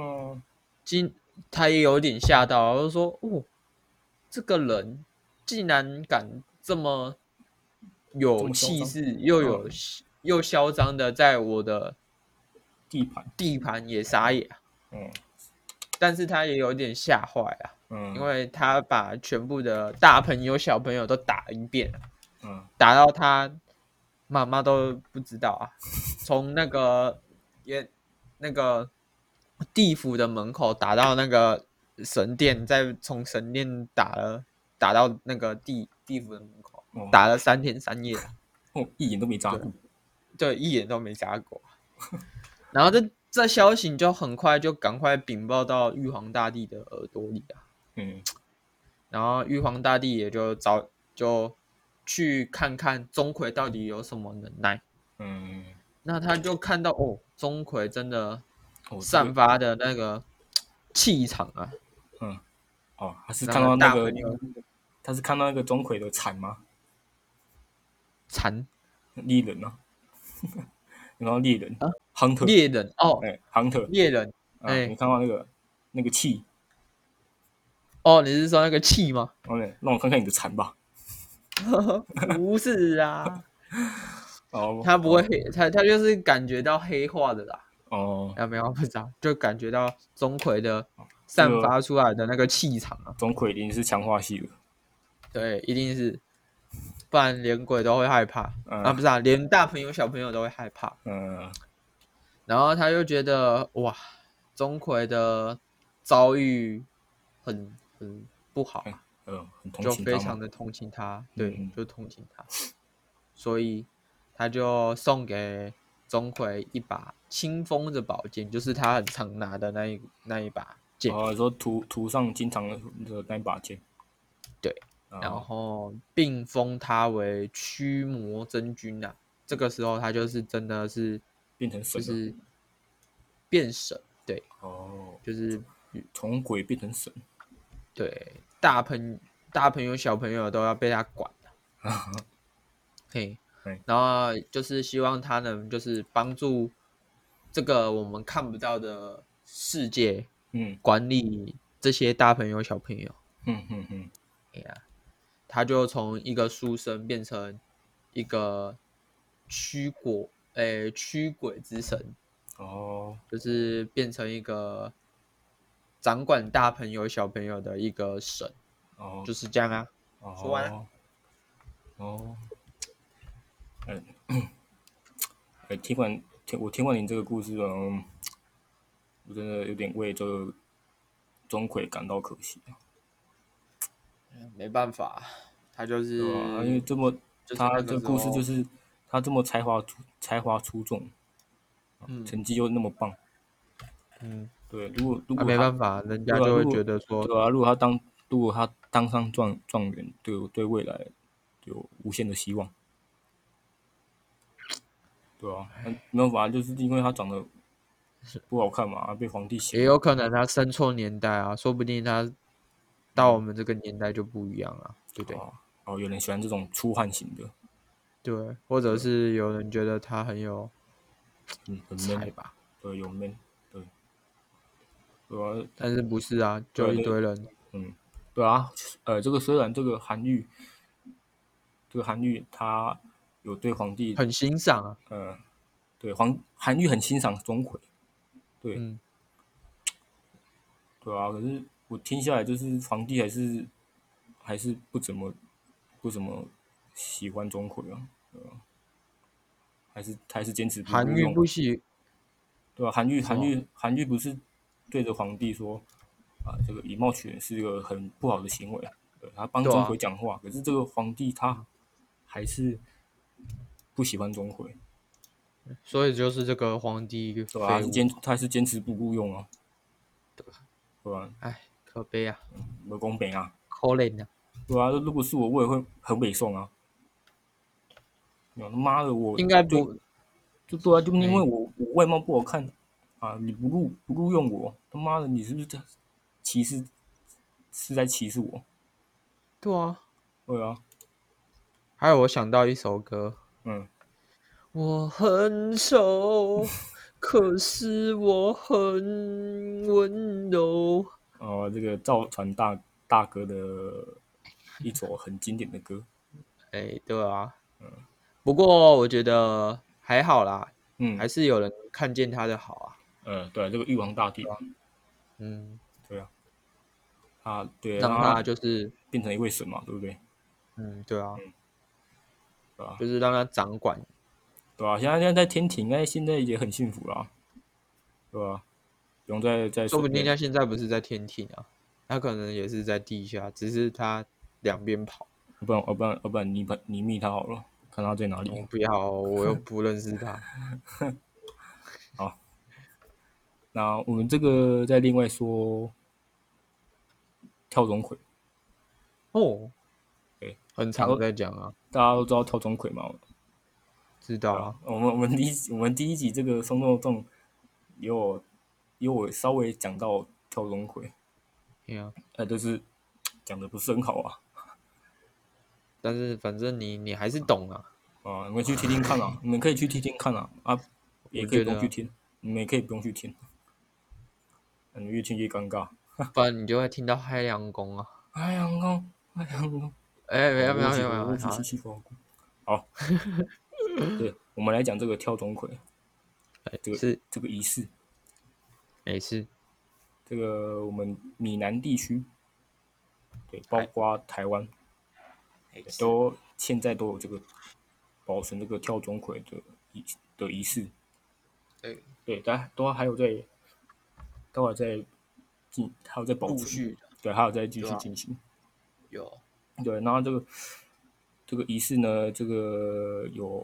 他也有点吓到，就说这个人竟然敢这么有气势，又嚣张的在我的地盘也撒野但是他也有点吓坏啊，因为他把全部的大朋友小朋友都打一遍打到他妈妈都不知道啊，从那个地府的门口打到那个神殿，再从神殿打到那个地府的门口，打了3天3夜一眼都没眨过， 对，一眼都没眨过。然后这消息就很快就赶快禀报到玉皇大帝的耳朵里啊，然后玉皇大帝也就去看看钟馗到底有什么能耐，那他就看到钟馗真的散发的那个气场啊， 他是看到那个，他是看到那个钟馗的蝉吗？ 蝉猎人啊，然后猎人啊 ，hunter 猎人 hunter 猎人你看到那个气？ 你是说那个气吗？ 让我看看你的蝉吧。 不是啊，他不会黑，他就是感觉到黑化的啦。没有不知道，就感觉到钟馗的散发出来的那个气场啊。 钟馗一定是强化系的。 对，一定是，不然连鬼都会害怕啊，不是啊，连大朋友小朋友都会害怕。然后他又觉得哇，钟馗的遭遇很不好啊， 很同就情他嘛。 非常的同情他，对，就同情他，所以他就送给钟馗一把清风的宝剑，就是他很常拿的那一把剑。 说涂上经常的那把剑。 对，然后并封他为驱魔真君啊。这个时候他就是真的是变成神了， 就是变神，对，就是从鬼变成神。 对，大朋友小朋友都要被他管了。嘿，然后就是希望他能就是帮助这个我们看不到的世界，管理这些大朋友小朋友。他就从一个书生变成一个驱鬼之神，就是变成一个掌管大朋友小朋友的一个神，就是这样啊。说完了。 我听完你这个故事，我真的有点为这个钟馗感到可惜啊。 没办法，他就对吧？因为是他这个故事那个时候， 就是他这么才华出众，成绩又那么棒。对，如果他没办法，人家对啊， 就会觉得说， 对啊，如果他当上状元，对未来有无限的希望。对啊，没有办法，就是因为他长得不好看嘛，被皇帝嫌嘛。 也有可能他生错年代啊，说不定他到我们这个年代就不一样了，对不对？ 有人喜欢这种粗汉型的。 对，或者是有人觉得他很有很 man。 才吧， 对，有 man。对，对啊， 但是不是啊，就对啊， 一堆人， 对啊，这个虽然这个韩愈他有对皇帝， 很欣赏啊， 对韩愈很欣赏钟馗。对，对啊，可是我听下来就是皇帝还是不怎么喜欢钟馗啊。还是坚持不韩愈录用。 不喜对吧、 什么？ 韩愈不是对着皇帝说这个以貌取人是一个很不好的行为。对，他帮钟馗对啊， 讲话，可是这个皇帝他还是不喜欢钟馗。 所以就是这个皇帝一个对吧、 废物， 他是坚持不录用啊。对吧、 哎，可悲啊， 没公平啊。 可怜啊， 对啊，如果是我也会很北宋啊。他妈的， 应该不， 对啊，就因为哎， 我外貌不好看你不录用我，他妈的，你是不是在歧视？是在歧视我？ 对啊， 对啊。 还有我想到一首歌， 嗯， 我很丑，可是我很温柔。 这个赵传大哥的一首很经典的歌。 哎，对啊，不过我觉得还好啦， 嗯， 还是有人看见他的好啊。 对啊，这个玉皇大帝嘛。 嗯， 对啊，对让他他就是变成一位神嘛，对不对？ 对啊， 对啊， 就是让他掌管， 对啊，现在在天庭，现在也很幸福啦。对吧、不用再说不定随便。 他现在不是在天庭啊，他可能也是在地下，只是他两边跑。 不然你密他好了，看他在哪里。 我不要，我又不认识他。 好，那我们这个再另外说跳钟馗。 哦， 对， 很常在讲啊， 大家都知道跳钟馗嘛。对啊， 知道啊， 我们第一集这个松动动有我稍微讲到跳钟馗。 对啊， 就是讲的不是很好啊。 但是反正你还是懂啊， 你们去听听看啊，你们可以去听听看也可以我觉得， 不用去听，你们也可以不用去听，你越听越尴尬。 不然你就会听到海洋公啊。 哎呀，哎呀， 哎，没有没有没有没有， 我去好， 吸风。好，对，我们来讲这个跳钟馗， 是这个仪式。 没事， 这个我们闽南地区，对，包括台湾， 是现在都有这个保存这个跳钟馗仪式。 对， 对，但都还在还有在保存， 陆续的对，还有在继对吧？ 续进行。 有， 对，然后这个仪式呢，这个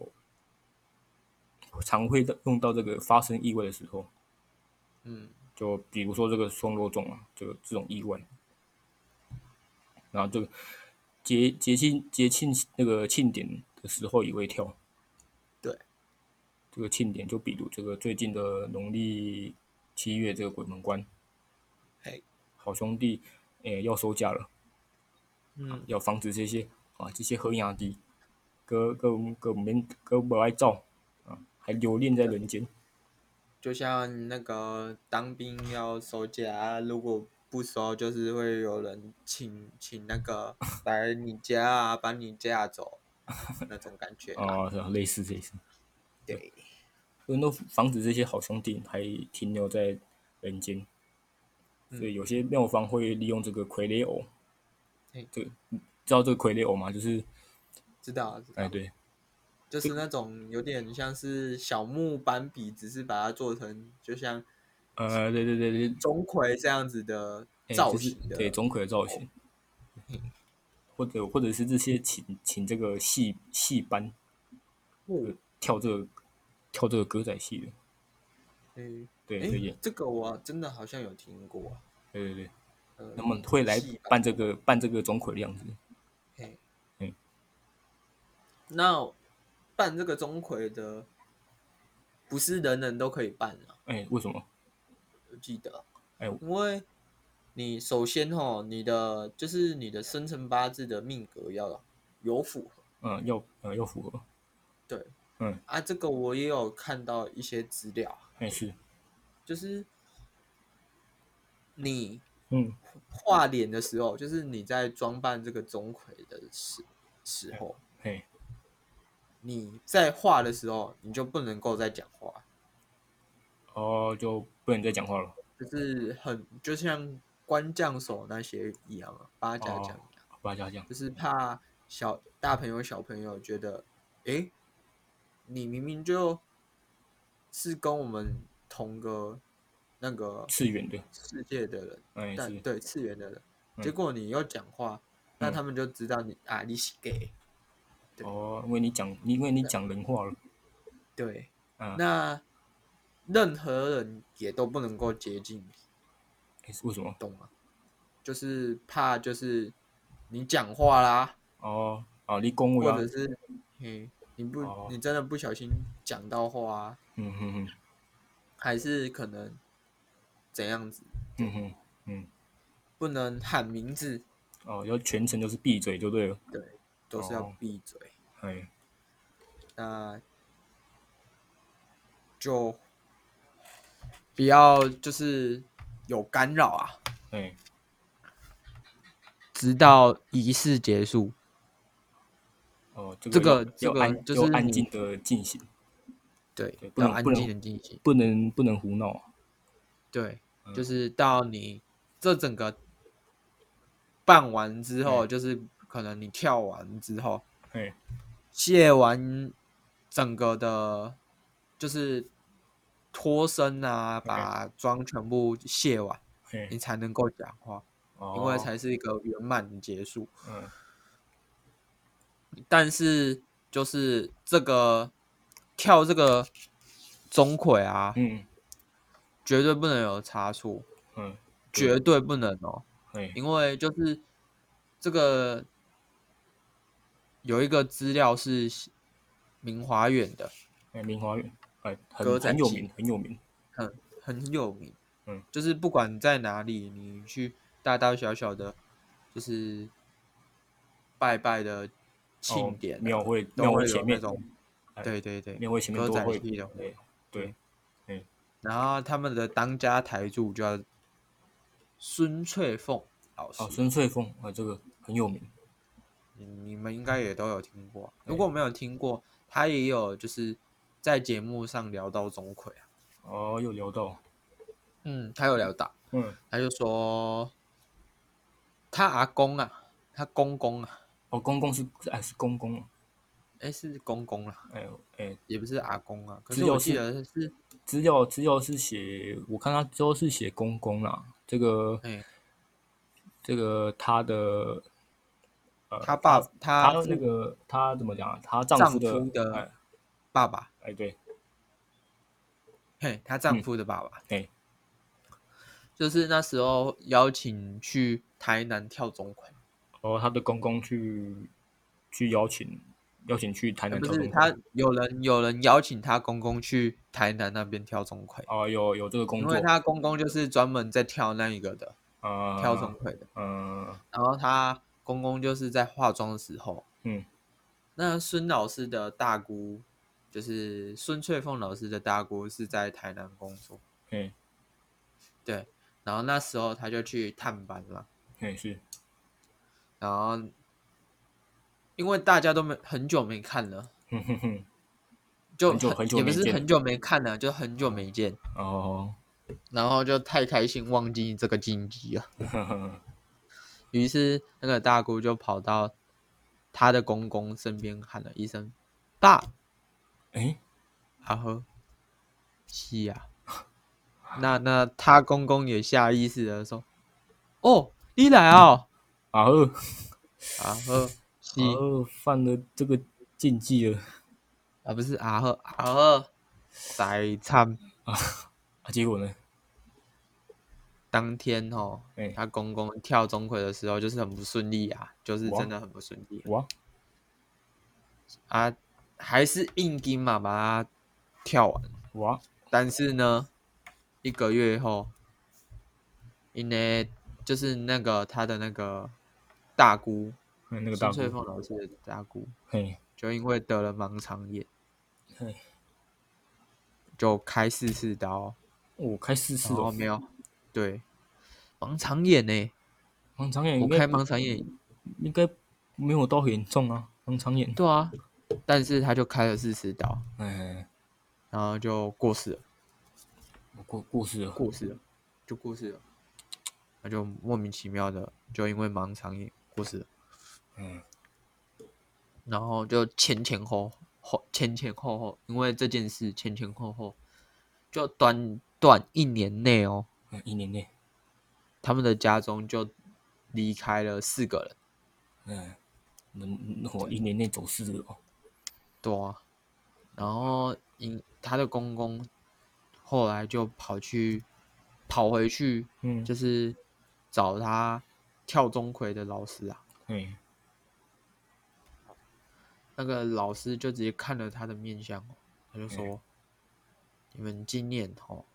常会用到这个发生意外的时候， 嗯， 就比如说这个双落钟啊，这种意外，然后这个节庆那个庆典的时候也会跳。 对， 这个庆典就比如这个最近的农历7月这个鬼门关， 嘿， 好兄弟，要收假了， 嗯， 要防止这些黑压低，哥不爱照啊，还留恋在对， 人间。 就像那个当兵要收假，如果不收，就是会有人请那个来你家啊，把你架走那种感觉啦。 啊，是吧？类似，对， 对， 所以都防止这些好兄弟还停留在人间。所嗯， 以有些庙方会利用这个傀儡偶， 嘿， 知道这个傀儡偶吗？就是知道知道， 对， 就是那种有点像是小木斑比，只是把它做成就像对， 钟馗这样子的造就是型的。 对钟馗的造型，或者是这些请这个戏班， 哦， 跳这个歌仔戏的， 诶对，就诶， 演， 这个我真的好像有听过啊。 对， 呃， 他们会来戏班， 办这个钟馗的样子。 嘿， 嗯， 那办这个钟馗的，不是人人都可以办啊。 为什么？ 我记得， 哎， 因为你首先就是你的生辰八字的命格要有符合。 要符合， 对嗯， 啊，这个我也有看到一些资料， 是， 就是你嗯， 画脸的时候，就是你在装扮这个钟馗的时候， 嘿， 你在画的时候，你就不能够再讲话， 哦，就不能再讲话了。 就是就像官将手那些一样啊，八家哦， 将一样， 八家将， 就是怕大朋友小朋友觉得，诶，你明明就是跟我们同个那个次元的， 世界的人，但是， 对次元的人，结嗯果你又讲话，那嗯， 他们就知道你是 gay。对哦，因为你讲人话了， 对， 啊， 那任何人也都不能够接近你， 为什么？ 懂吗？就是怕就是你讲话啦， 你恭维啊， 或者是哦， 你真的不小心讲到话啊， 嗯， 还是可能怎样子，对， 嗯哼，嗯， 不能喊名字， 要全程都是闭嘴就对了， 对，都是要哦， 闭嘴。 哎， 那就不要就是有干扰啊， 哎， 直到仪式结束。 这个要这个这要安个就要是你安静的进行， 对对，不要安静能不能的进行， 不能胡闹， 对， 嗯， 就是到你这整个办完之后， 哎就是可能你跳完之后， 哎卸完整个的，就是脱身啊， 哎把妆全部卸完， 哎， 你才能够讲话，因为哦， 才是一个圆满的结束。 嗯， 但是就是跳这个钟馗啊， 嗯绝对不能有差错， 嗯，对， 绝对不能哦， 哎因为就是这个有一个资料是明华园的明华园，很歌仔戏， 很有名，很有名， 很有名， 嗯， 就是不管在哪里，你去大大小小的，就是拜拜的庆典啊，都会庙会前面， 有那种， 哎， 对对对， 庙会前面歌仔都会， 戏的活动， 哎，对， 对， 哎， 然后他们的当家台柱叫孙翠凤老师， 孙翠凤这个很有名， 你们应该也都有听过，如哎， 果没有听过，他也有就是在节目上聊到钟馗啊， 又聊到， 他有聊到， 嗯， 他就说他阿公啊，他公公啊， 哦，公公是公公哦， 是公公啦， 哎哎， 也不是阿公啊。可是我记资料是得是， 资料是写，我看他之后是写公公啦， 哎， 这个她的他她爸他那个她怎么讲啊？她丈夫丈的夫的爸爸， 对， 嘿，她丈嗯夫的爸爸， 哎就是那时候邀请去台南跳钟馗。 她的公公去邀请去台南不是， 跳钟馗有人邀请她公公去台南那边跳钟馗， 有这个工因为作她公公就是专门在跳那一个的，跳钟馗的。然后她公公就是在化妆的时候， 嗯那孙老师的大姑，就是孙翠凤老师的大姑是在台南工作， 嘿对。然后那时候他就去探班了， 是， 然后因为大家都很久没看了， 哼哼哼， 就很久也不没见了是很久没看了，就很久没见， 哦， 然后就太开心忘记这个禁忌了。 呵呵呵于是那个大姑就跑到他的公公身边喊了一声“爸”， 哎然后是呀、那他公公也下意识的说：“哦，你来哦。” 啊呵然后是犯了这个禁忌了不是啊呵，在惨结果呢？ 当天哎他公公跳钟馗的时候就是很不顺利啊，就是哇真的很不顺利哇啊，还是硬筋嘛把它跳完， 哇， 但是呢，1个月后，因为就是那个他的那个大姑孙翠那个大姑， 凤老师的大姑， 嘿就因为得了盲肠炎， 嘿， 就开4次刀， 我开4次哦， 然后没有对盲肠炎呢、 盲肠炎我开盲肠炎， 应该没有到很严重啊，盲肠炎， 对啊，但是他就开了4次刀， 哎， 然后就过世了， 我过世了， 过世了，就过世了，他就莫名其妙的就因为盲肠炎过世了， 嗯然后就前前后后，因为这件事前前后后，就短短1年内哦， 1年内， 他们的家中就离开了4个人， 嗯，那我对 1年内走4个哦， 对啊，然后他的公公后来就跑回去， 嗯就是找他跳钟馗的老师啊。 嘿那个老师就直接看了他的面相，他就说：“你们今年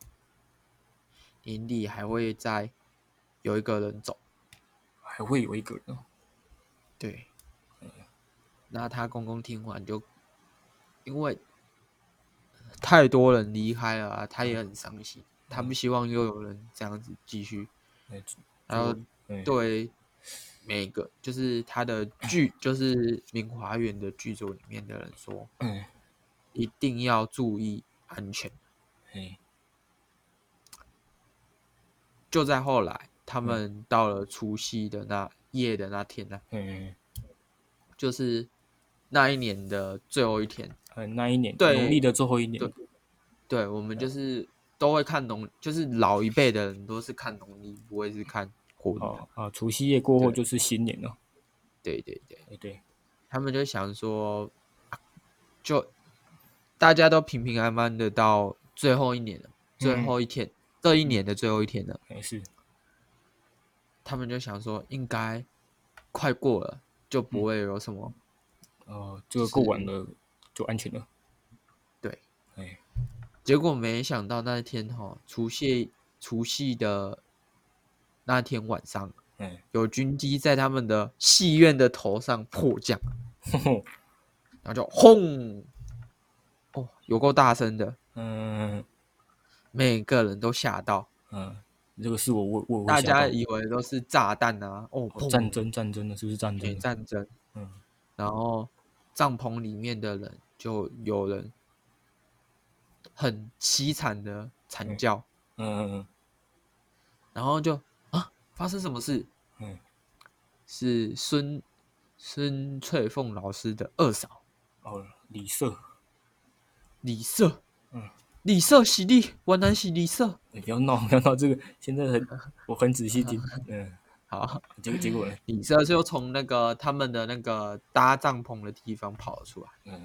年底还会再有一个人走。” 还会有一个人哦， 对，那他公公听完就因为太多人离开了啊，他也很伤心，他不希望又有人这样子继续。 哎然后对每个就是他的就是明华园的剧组里面的人说，一定要注意安全。 嘿就在后来，他们到了除夕的那夜的那天呢， 嘿就是那一年的最后一天。 那一年对农历的最后一年， 对对，我们就是都会看就是老一辈的人都是看农历，不会是看国历的。 除夕夜过后对就是新年了， 对对对， 对， 他们就想说，就大家都平平安安的到最后一年了，最后一天，这一年的最后一天了。 是， 他们就想说，应该快过了，就不会有什么。 这个过完了就安全了， 对， 哎， 结果没想到那一天除夕的那天晚上，有军机在他们的戏院的头上迫降，然后就轰，哦，有够大声的，每个人都吓到， 这个是我会大吓到， 家以为都是炸弹啊， 战砰， 争的，是不是战争？ 战争，然后帐篷里面的人就有人很凄惨的惨叫，然后就发生什么事？是孙翠凤老师的二嫂哦，李瑟， 李瑟， 嗯， 李瑟是你，原来是李瑟。 不要闹，不要闹，这个现在我很仔细听， 好， 结果呢， 李瑟就从那个他们的那个搭帐篷的地方跑了出来，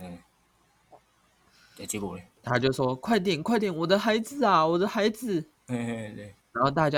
结果呢， 他就说：快点，快点，我的孩子啊，我的孩子！ 对， 然后大家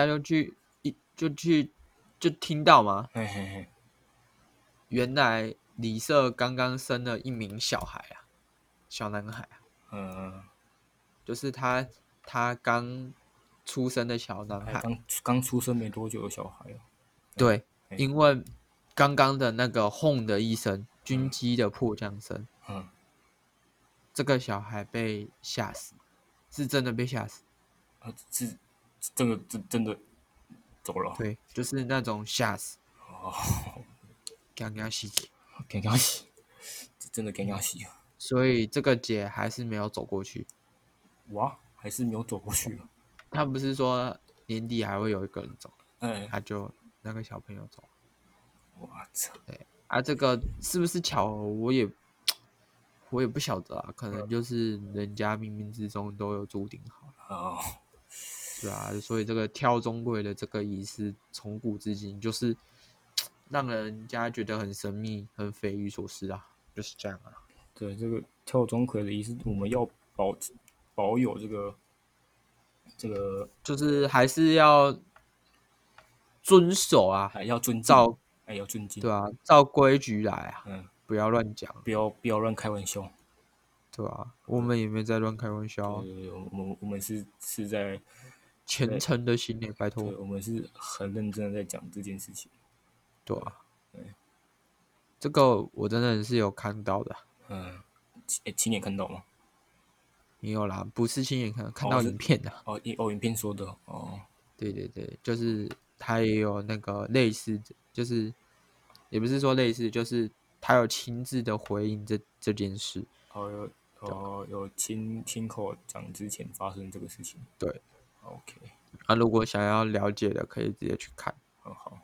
就听到嘛，原来李瑟刚刚生了一名小孩啊，小男孩啊，就是他刚出生的小男孩， 刚出生没多久的小孩哦， 对，因为刚刚的那个轰的一声，军机的迫降声，这个小孩被吓死，是真的被吓死， 是这个真的走了， 对，就是那种吓死， 哦， 刚刚死去， 尴尬死，真的尴尬死啊！ 所以这个节还是没有走过去。 哇，还是没有走过去了。 他不是说年底还会有一个人走， 哎， 他就那个小朋友走。 我操！ 对啊，这个是不是巧合？我也不晓得啊，可能就是人家冥冥之中都有注定好了。 哦， 对啊，所以这个跳钟馗的这个仪式，从古至今就是让人家觉得很神秘、很匪夷所思啊，就是这样啊。 对，这个跳钟馗的意思，我们要保有这个， 就是还是要遵守啊， 还要尊敬， 照要尊敬， 对啊，照规矩来啊，不要乱讲， 不要乱开玩笑， 对啊，我们也没在乱开玩笑啊， 对，我们是在虔诚的心呢，拜对， 托， 我们是很认真的在讲这件事情， 对啊，这个我真的是有看到的， 亲眼看到吗？ 没有啦，不是亲眼看到影片的， 影片说的哦， 对对对，就是他也有那个类似的，就是也不是说类似，就是他有亲自的回应这件事， 有亲口讲之前发生这个事情， 对 ，OK， 啊，如果想要了解的，可以直接去看， 很好。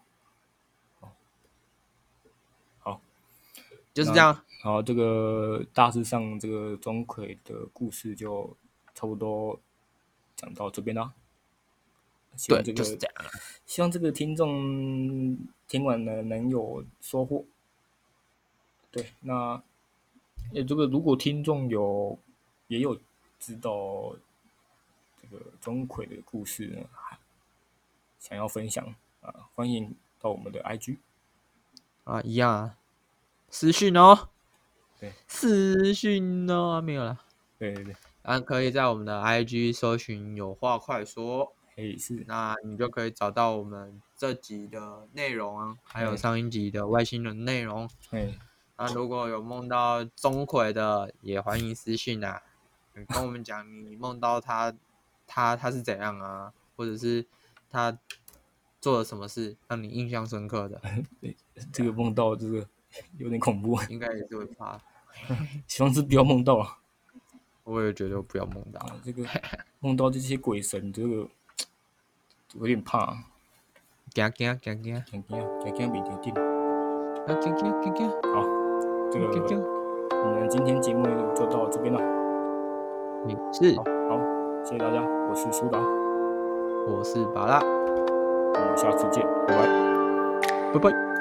就是这样。 好，这个大致上这个钟馗的故事就差不多讲到这边啦。 对，就是这样。 希望这个听众听完了能有收获。对，那这个如果听众也有知道这个钟馗的故事呢，想要分享啊，欢迎到我们的 IG 啊，一样啊，私讯哦。 对， 私讯哦，没有了。 对对对， 啊，可以在我们的 IG 搜寻有话快说， 是， 那你就可以找到我们这集的内容啊，还有上一集的外星人内容。那如果有梦到钟馗的，也欢迎私讯啊，你跟我们讲你梦到他是怎样啊，或者是他做了什么事让你印象深刻的。 对，这个梦到这个有点恐怖， 应该也是会怕。 希望是不要梦到啊。 我也觉得不要梦到， 这个梦到这些鬼神，这个有点怕， 惊， 明天定。 惊， 好，这个我们今天节目就到这边了。 是， 好，谢谢大家，我是苏达， 我是巴拉， 我们下次见，拜拜。 拜拜。